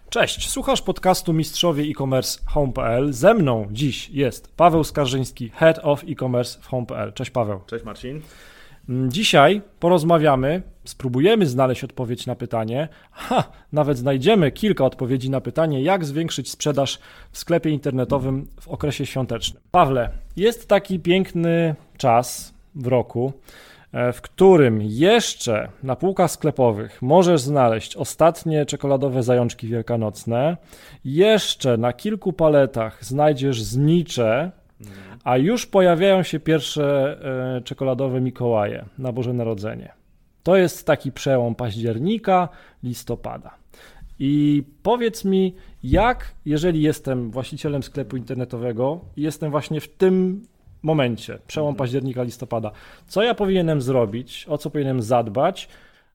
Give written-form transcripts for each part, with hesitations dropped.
Cześć, słuchasz podcastu Mistrzowie e-commerce Home.pl. Ze mną dziś jest Paweł Skarżyński, Head of e-commerce w Home.pl. Cześć Paweł. Cześć Marcin. Dzisiaj porozmawiamy, spróbujemy znaleźć odpowiedź na pytanie, nawet znajdziemy kilka odpowiedzi na pytanie, jak zwiększyć sprzedaż w sklepie internetowym w okresie świątecznym. Pawle, jest taki piękny czas w roku, w którym jeszcze na półkach sklepowych możesz znaleźć ostatnie czekoladowe zajączki wielkanocne, jeszcze na kilku paletach znajdziesz znicze, a już pojawiają się pierwsze czekoladowe Mikołaje na Boże Narodzenie. To jest taki przełom października, listopada. I powiedz mi, jak, jeżeli jestem właścicielem sklepu internetowego i jestem właśnie w tym momencie, przełom października, listopada, co ja powinienem zrobić, o co powinienem zadbać,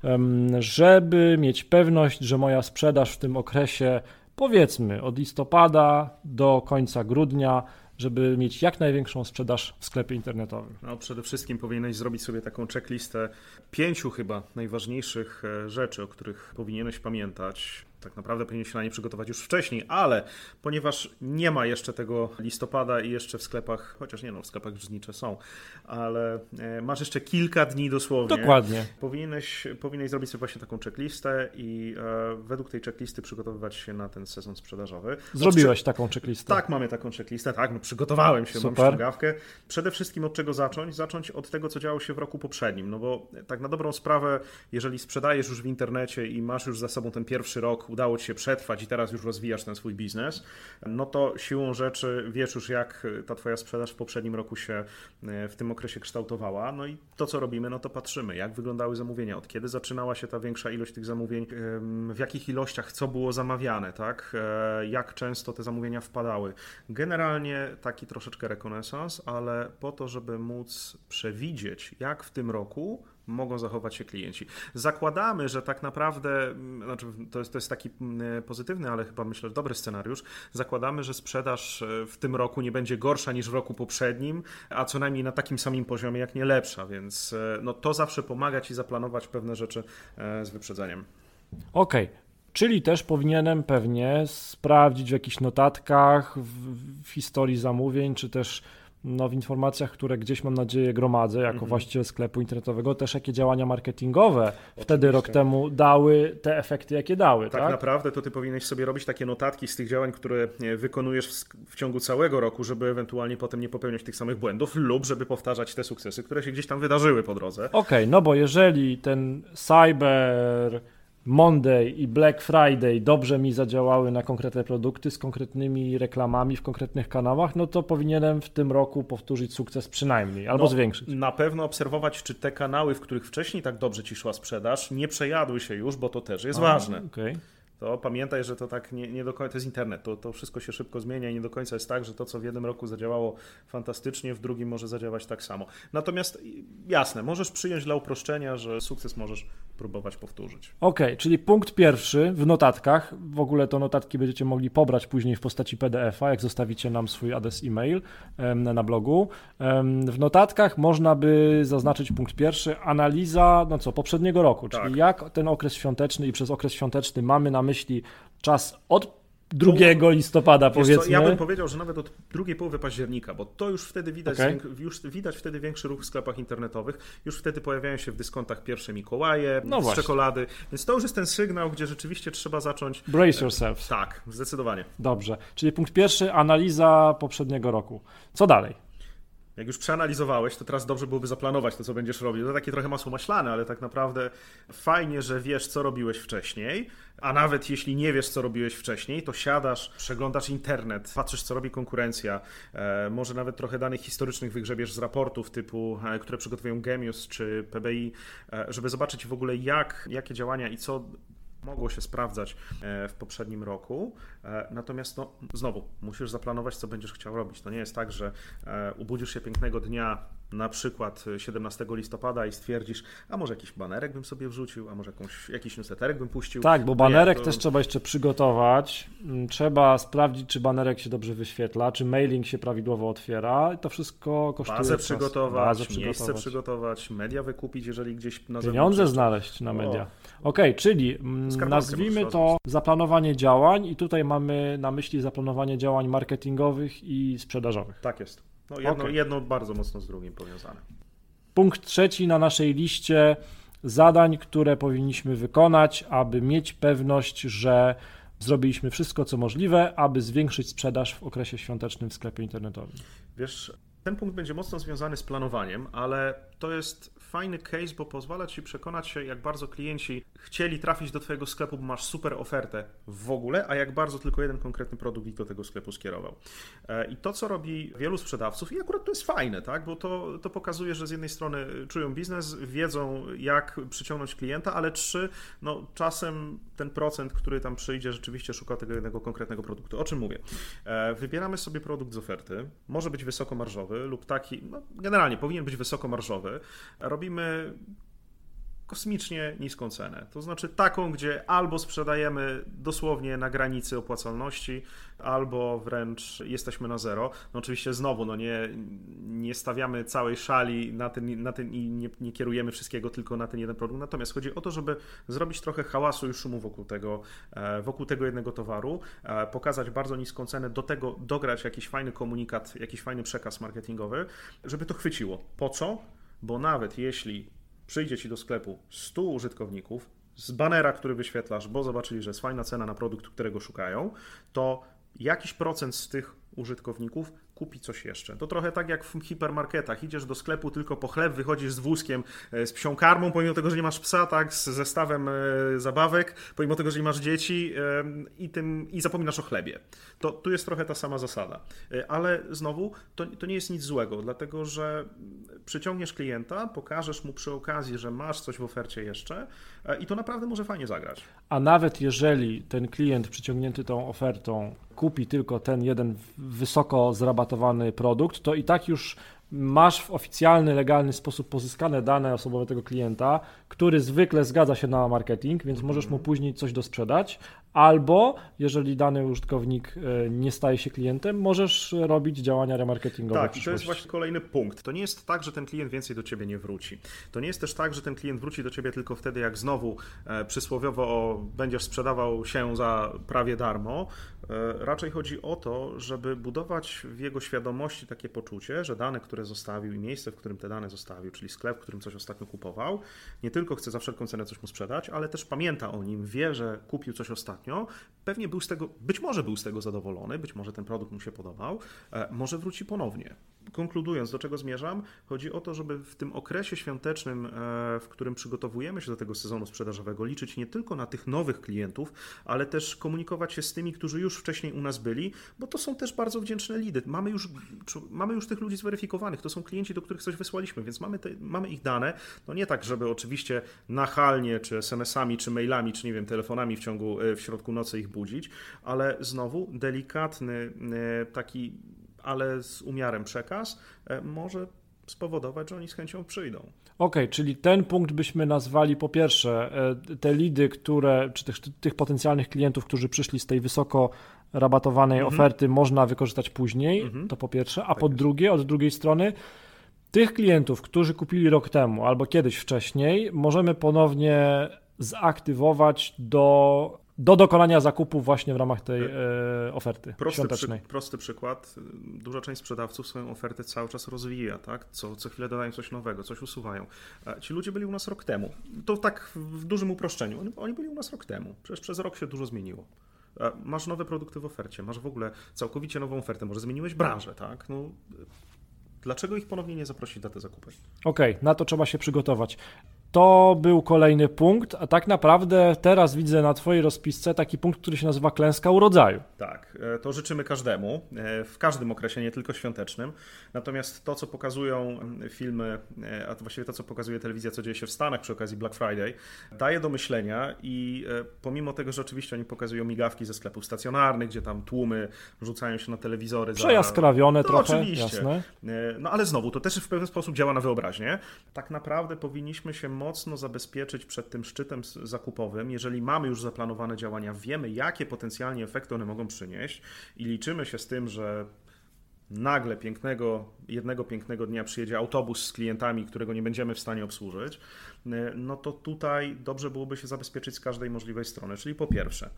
żeby mieć pewność, że moja sprzedaż w tym okresie, powiedzmy od listopada do końca grudnia, żeby mieć jak największą sprzedaż w sklepie internetowym? No, przede wszystkim powinieneś zrobić sobie taką checklistę 5 chyba najważniejszych rzeczy, o których powinieneś pamiętać. Tak naprawdę powinien się na nie przygotować już wcześniej, ale ponieważ nie ma jeszcze tego listopada i jeszcze w sklepach, chociaż nie, w sklepach już znicze są, ale masz jeszcze kilka dni dosłownie. Dokładnie. Powinieneś zrobić sobie właśnie taką checklistę i według tej checklisty przygotowywać się na ten sezon sprzedażowy. Zrobiłeś taką checklistę? Tak, mamy taką checklistę, tak, przygotowałem się, Super. mam ściągawkę. Przede wszystkim od czego zacząć? Zacząć od tego, co działo się w roku poprzednim, no bo tak na dobrą sprawę, jeżeli sprzedajesz już w internecie i masz już za sobą ten pierwszy rok, udało ci się przetrwać i teraz już rozwijasz ten swój biznes, no to siłą rzeczy wiesz już, jak ta twoja sprzedaż w poprzednim roku się w tym okresie kształtowała. No i to, co robimy, no to patrzymy, jak wyglądały zamówienia, od kiedy zaczynała się ta większa ilość tych zamówień, w jakich ilościach, co było zamawiane, tak? Jak często te zamówienia wpadały. Generalnie taki troszeczkę rekonesans, ale po to, żeby móc przewidzieć, jak w tym roku mogą zachować się klienci. Zakładamy, że tak naprawdę, znaczy to jest taki pozytywny, ale chyba myślę, że dobry scenariusz, zakładamy, że sprzedaż w tym roku nie będzie gorsza niż w roku poprzednim, a co najmniej na takim samym poziomie, jak nie lepsza, więc no, to zawsze pomaga ci zaplanować pewne rzeczy z wyprzedzeniem. Okej. Czyli też powinienem pewnie sprawdzić w jakichś notatkach, w historii zamówień, czy też w informacjach, które gdzieś, mam nadzieję, gromadzę jako właściciel sklepu internetowego, też jakie działania marketingowe wtedy rok temu dały te efekty, jakie dały. Tak naprawdę to ty powinieneś sobie robić takie notatki z tych działań, które wykonujesz w ciągu całego roku, żeby ewentualnie potem nie popełniać tych samych błędów lub żeby powtarzać te sukcesy, które się gdzieś tam wydarzyły po drodze. Okej, no bo jeżeli ten Cyber Monday i Black Friday dobrze mi zadziałały na konkretne produkty z konkretnymi reklamami w konkretnych kanałach, no to powinienem w tym roku powtórzyć sukces przynajmniej, albo zwiększyć. Na pewno obserwować, czy te kanały, w których wcześniej tak dobrze ci szła sprzedaż, nie przejadły się już, bo to też jest ważne. Okay. To pamiętaj, że to tak nie do końca, to jest internet, to wszystko się szybko zmienia i nie do końca jest tak, że to, co w jednym roku zadziałało fantastycznie, w drugim może zadziałać tak samo. Natomiast jasne, możesz przyjąć dla uproszczenia, że sukces możesz próbować powtórzyć. Okej, czyli punkt pierwszy w notatkach, w ogóle to notatki będziecie mogli pobrać później w postaci PDF-a, jak zostawicie nam swój adres e-mail na blogu. W notatkach można by zaznaczyć punkt pierwszy, analiza poprzedniego roku, tak. Czyli jak ten okres świąteczny i przez okres świąteczny mamy na myśli czas od 2 listopada, powiedzmy. Ja bym powiedział, że nawet od drugiej połowy października, bo to już wtedy widać, widać wtedy większy ruch w sklepach internetowych, już wtedy pojawiają się w dyskontach pierwsze Mikołaje, z czekolady, więc to już jest ten sygnał, gdzie rzeczywiście trzeba zacząć... Brace yourself. Tak, zdecydowanie. Dobrze, czyli punkt pierwszy, analiza poprzedniego roku. Co dalej? Jak już przeanalizowałeś, to teraz dobrze byłoby zaplanować to, co będziesz robił. To takie trochę masło maślane, ale tak naprawdę fajnie, że wiesz, co robiłeś wcześniej, a nawet jeśli nie wiesz, co robiłeś wcześniej, to siadasz, przeglądasz internet, patrzysz, co robi konkurencja, może nawet trochę danych historycznych wygrzebiesz z raportów typu, które przygotowują Gemius czy PBI, żeby zobaczyć w ogóle jakie działania i co mogło się sprawdzać w poprzednim roku, natomiast znowu musisz zaplanować, co będziesz chciał robić. To nie jest tak, że ubudzisz się pięknego dnia na przykład 17 listopada i stwierdzisz, a może jakiś banerek bym sobie wrzucił, a może jakiś newsletterek bym puścił. Tak, bo banerek też trzeba jeszcze przygotować, trzeba sprawdzić, czy banerek się dobrze wyświetla, czy mailing się prawidłowo otwiera i to wszystko kosztuje Bazę czas. przygotować, miejsce przygotować, media wykupić, jeżeli gdzieś na pieniądze znaleźć na media. Okej, czyli nazwijmy to zaplanowanie działań i tutaj mamy na myśli zaplanowanie działań marketingowych i sprzedażowych. Tak jest. Jedno bardzo mocno z drugim powiązane. Punkt trzeci na naszej liście zadań, które powinniśmy wykonać, aby mieć pewność, że zrobiliśmy wszystko, co możliwe, aby zwiększyć sprzedaż w okresie świątecznym w sklepie internetowym. Wiesz, ten punkt będzie mocno związany z planowaniem, ale to jest fajny case, bo pozwala Ci przekonać się, jak bardzo klienci chcieli trafić do Twojego sklepu, bo masz super ofertę w ogóle, a jak bardzo tylko jeden konkretny produkt ich do tego sklepu skierował. I to, co robi wielu sprzedawców, i akurat to jest fajne, tak? Bo to pokazuje, że z jednej strony czują biznes, wiedzą, jak przyciągnąć klienta, ale czasem ten procent, który tam przyjdzie, rzeczywiście szuka tego jednego konkretnego produktu. O czym mówię? Wybieramy sobie produkt z oferty, może być wysokomarżowy lub taki, generalnie powinien być wysokomarżowy. Robimy kosmicznie niską cenę. To znaczy taką, gdzie albo sprzedajemy dosłownie na granicy opłacalności, albo wręcz jesteśmy na zero. Oczywiście znowu nie stawiamy całej szali na ten i nie kierujemy wszystkiego tylko na ten jeden produkt. Natomiast chodzi o to, żeby zrobić trochę hałasu i szumu wokół tego jednego towaru, pokazać bardzo niską cenę, do tego dograć jakiś fajny komunikat, jakiś fajny przekaz marketingowy, żeby to chwyciło. Po co? Bo nawet jeśli przyjdzie Ci do sklepu 100 użytkowników z banera, który wyświetlasz, bo zobaczyli, że jest fajna cena na produkt, którego szukają, to jakiś procent z tych użytkowników kupi coś jeszcze. To trochę tak jak w hipermarketach. Idziesz do sklepu tylko po chleb, wychodzisz z wózkiem, z psią karmą, pomimo tego, że nie masz psa, tak, z zestawem zabawek, pomimo tego, że nie masz dzieci i zapominasz o chlebie. To tu jest trochę ta sama zasada. Ale znowu, to nie jest nic złego, dlatego że przyciągniesz klienta, pokażesz mu przy okazji, że masz coś w ofercie jeszcze i to naprawdę może fajnie zagrać. A nawet jeżeli ten klient przyciągnięty tą ofertą kupi tylko ten jeden wysoko zrabatowany produkt, to i tak już masz w oficjalny, legalny sposób pozyskane dane osobowe tego klienta, który zwykle zgadza się na marketing, więc możesz mu później coś dosprzedać, albo jeżeli dany użytkownik nie staje się klientem, możesz robić działania remarketingowe. Tak, i to jest właśnie kolejny punkt. To nie jest tak, że ten klient więcej do Ciebie nie wróci. To nie jest też tak, że ten klient wróci do Ciebie tylko wtedy, jak znowu przysłowiowo będziesz sprzedawał się za prawie darmo. Raczej chodzi o to, żeby budować w jego świadomości takie poczucie, że dane, które zostawił i miejsce, w którym te dane zostawił, czyli sklep, w którym coś ostatnio kupował, nie tylko chce za wszelką cenę coś mu sprzedać, ale też pamięta o nim, wie, że kupił coś ostatnio, pewnie być może był z tego zadowolony, być może ten produkt mu się podobał, może wróci ponownie. Konkludując, do czego zmierzam, chodzi o to, żeby w tym okresie świątecznym, w którym przygotowujemy się do tego sezonu sprzedażowego, liczyć nie tylko na tych nowych klientów, ale też komunikować się z tymi, którzy już wcześniej u nas byli, bo to są też bardzo wdzięczne lidy. Mamy już tych ludzi zweryfikowanych, to są klienci, do których coś wysłaliśmy, więc mamy ich dane. No nie tak, żeby oczywiście nachalnie, czy SMS-ami, czy mailami, czy nie wiem, telefonami w środku nocy ich budzić, ale znowu delikatny taki, ale z umiarem przekaz może spowodować, że oni z chęcią przyjdą. Okej, czyli ten punkt byśmy nazwali po pierwsze te lidy, czy tych potencjalnych klientów, którzy przyszli z tej wysoko rabatowanej oferty, można wykorzystać później, to po pierwsze, a po drugie, od drugiej strony tych klientów, którzy kupili rok temu albo kiedyś wcześniej, możemy ponownie zaktywować do dokonania zakupu właśnie w ramach tej oferty świątecznej. Prosty przykład. Duża część sprzedawców swoją ofertę cały czas rozwija, tak? Co chwilę dodają coś nowego, coś usuwają. Ci ludzie byli u nas rok temu. To tak w dużym uproszczeniu. Oni byli u nas rok temu. Przecież przez rok się dużo zmieniło. Masz nowe produkty w ofercie, masz w ogóle całkowicie nową ofertę, może zmieniłeś branżę, tak? Dlaczego ich ponownie nie zaprosić na te zakupy? Okej, na to trzeba się przygotować. To był kolejny punkt, a tak naprawdę teraz widzę na twojej rozpisce taki punkt, który się nazywa klęska urodzaju. Tak, to życzymy każdemu, w każdym okresie, nie tylko świątecznym. Natomiast to, co pokazują filmy, a to właściwie to, co pokazuje telewizja, co dzieje się w Stanach przy okazji Black Friday, daje do myślenia i pomimo tego, że oczywiście oni pokazują migawki ze sklepów stacjonarnych, gdzie tam tłumy rzucają się na telewizory. Przejaskrawione trochę, oczywiście. Jasne. No ale znowu, to też w pewien sposób działa na wyobraźnię. Tak naprawdę powinniśmy się mocno zabezpieczyć przed tym szczytem zakupowym. Jeżeli mamy już zaplanowane działania, wiemy, jakie potencjalnie efekty one mogą przynieść i liczymy się z tym, że nagle jednego pięknego dnia przyjedzie autobus z klientami, którego nie będziemy w stanie obsłużyć, no to tutaj dobrze byłoby się zabezpieczyć z każdej możliwej strony. Czyli po pierwsze,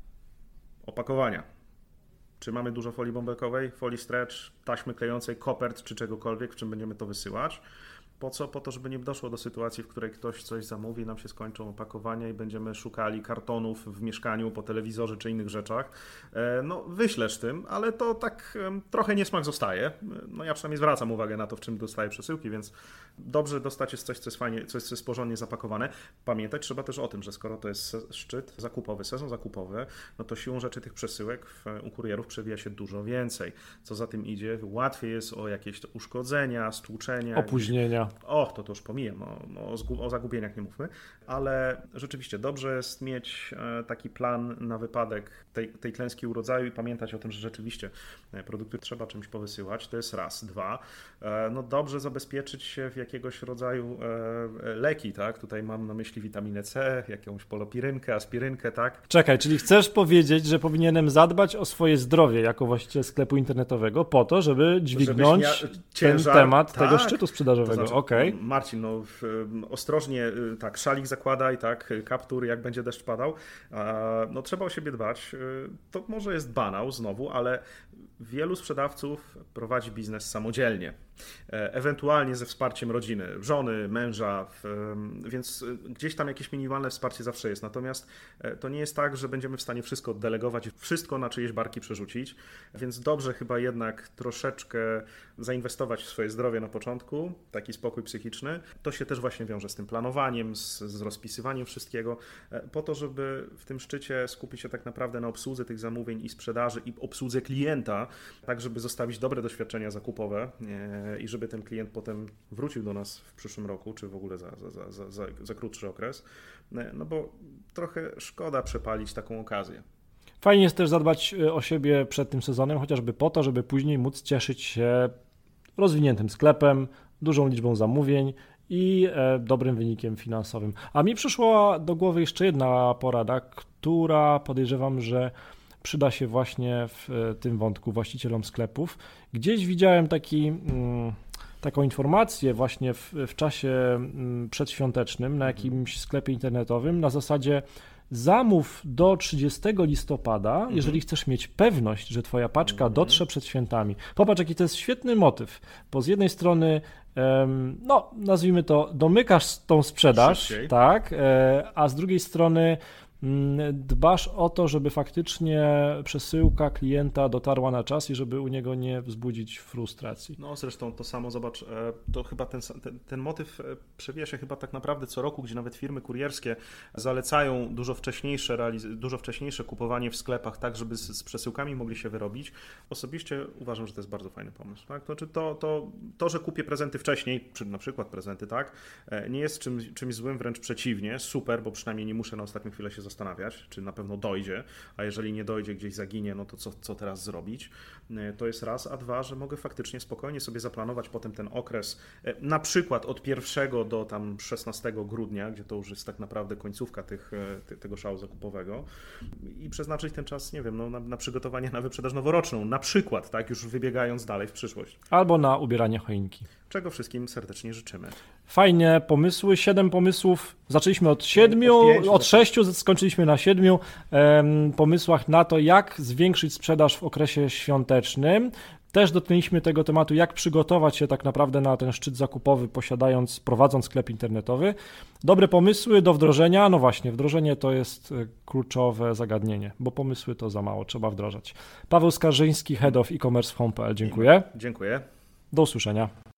opakowania. Czy mamy dużo folii bąbelkowej, folii stretch, taśmy klejącej, kopert czy czegokolwiek, w czym będziemy to wysyłać? Po co? Po to, żeby nie doszło do sytuacji, w której ktoś coś zamówi, nam się skończą opakowania i będziemy szukali kartonów w mieszkaniu, po telewizorze czy innych rzeczach. No wyślesz tym, ale to tak trochę niesmak zostaje. No ja przynajmniej zwracam uwagę na to, w czym dostaję przesyłki, więc dobrze dostać jest coś, co jest fajnie, coś, co jest porządnie zapakowane. Pamiętać trzeba też o tym, że skoro to jest szczyt zakupowy, sezon zakupowy, no to siłą rzeczy tych przesyłek u kurierów przewija się dużo więcej. Co za tym idzie, łatwiej jest o jakieś uszkodzenia, stłuczenia. Opóźnienia. To już pomijam, o zagubieniach nie mówmy, ale rzeczywiście dobrze jest mieć taki plan na wypadek tej klęski urodzaju i pamiętać o tym, że rzeczywiście produkty trzeba czymś powysyłać, to jest raz. Dwa, no dobrze zabezpieczyć się w jakiegoś rodzaju leki, tak? Tutaj mam na myśli witaminę C, jakąś polopirynkę, aspirynkę, tak? Czekaj, czyli chcesz powiedzieć, że powinienem zadbać o swoje zdrowie jako właściciel sklepu internetowego po to, żeby dźwignąć ciężar, ten temat tego szczytu sprzedażowego. To znaczy, okay. Marcin, ostrożnie, tak, szalik zakładaj, tak, kaptur, jak będzie deszcz padał. No trzeba o siebie dbać. To może jest banał znowu, ale wielu sprzedawców prowadzi biznes samodzielnie. Ewentualnie ze wsparciem rodziny, żony, męża, więc gdzieś tam jakieś minimalne wsparcie zawsze jest. Natomiast to nie jest tak, że będziemy w stanie wszystko oddelegować, wszystko na czyjeś barki przerzucić, więc dobrze chyba jednak troszeczkę zainwestować w swoje zdrowie na początku, taki spokój psychiczny. To się też właśnie wiąże z tym planowaniem, z rozpisywaniem wszystkiego, po to, żeby w tym szczycie skupić się tak naprawdę na obsłudze tych zamówień i sprzedaży i obsłudze klienta, tak żeby zostawić dobre doświadczenia zakupowe i żeby ten klient potem wrócił do nas w przyszłym roku, czy w ogóle za krótszy okres, no bo trochę szkoda przepalić taką okazję. Fajnie jest też zadbać o siebie przed tym sezonem, chociażby po to, żeby później móc cieszyć się rozwiniętym sklepem, dużą liczbą zamówień i dobrym wynikiem finansowym. A mi przyszła do głowy jeszcze jedna porada, która podejrzewam, że przyda się właśnie w tym wątku właścicielom sklepów. Gdzieś widziałem taką informację właśnie w czasie przedświątecznym na jakimś sklepie internetowym na zasadzie zamów do 30 listopada, jeżeli chcesz mieć pewność, że twoja paczka dotrze przed świętami. Popatrz, jaki to jest świetny motyw, bo z jednej strony no nazwijmy to, domykasz tą sprzedaż, szybciej, tak, a z drugiej strony dbasz o to, żeby faktycznie przesyłka klienta dotarła na czas i żeby u niego nie wzbudzić frustracji. No zresztą to samo, zobacz, to chyba ten motyw przewija się chyba tak naprawdę co roku, gdzie nawet firmy kurierskie zalecają dużo wcześniejsze kupowanie w sklepach, tak żeby z przesyłkami mogli się wyrobić. Osobiście uważam, że to jest bardzo fajny pomysł. Tak? To znaczy to, że kupię prezenty wcześniej, czy na przykład prezenty, tak, nie jest czymś złym, wręcz przeciwnie, super, bo przynajmniej nie muszę na ostatnią chwilę się zastanawiać, czy na pewno dojdzie, a jeżeli nie dojdzie, gdzieś zaginie, no to co teraz zrobić? To jest raz, a dwa, że mogę faktycznie spokojnie sobie zaplanować potem ten okres, na przykład od 1 do tam 16 grudnia, gdzie to już jest tak naprawdę końcówka tego szału zakupowego i przeznaczyć ten czas, nie wiem, no, na przygotowanie na wyprzedaż noworoczną, na przykład, tak, już wybiegając dalej w przyszłość. Albo na ubieranie choinki. Czego wszystkim serdecznie życzymy. Fajnie, pomysły, 7 pomysłów, zaczęliśmy od 7, od 6, skończyliśmy na 7 pomysłach na to, jak zwiększyć sprzedaż w okresie świątecznym. Też dotknęliśmy tego tematu, jak przygotować się tak naprawdę na ten szczyt zakupowy, prowadząc sklep internetowy. Dobre pomysły do wdrożenia, no właśnie, wdrożenie to jest kluczowe zagadnienie, bo pomysły to za mało, trzeba wdrażać. Paweł Skarżyński, Head of E-Commerce w Home.pl, dziękuję. Dziękuję. Do usłyszenia.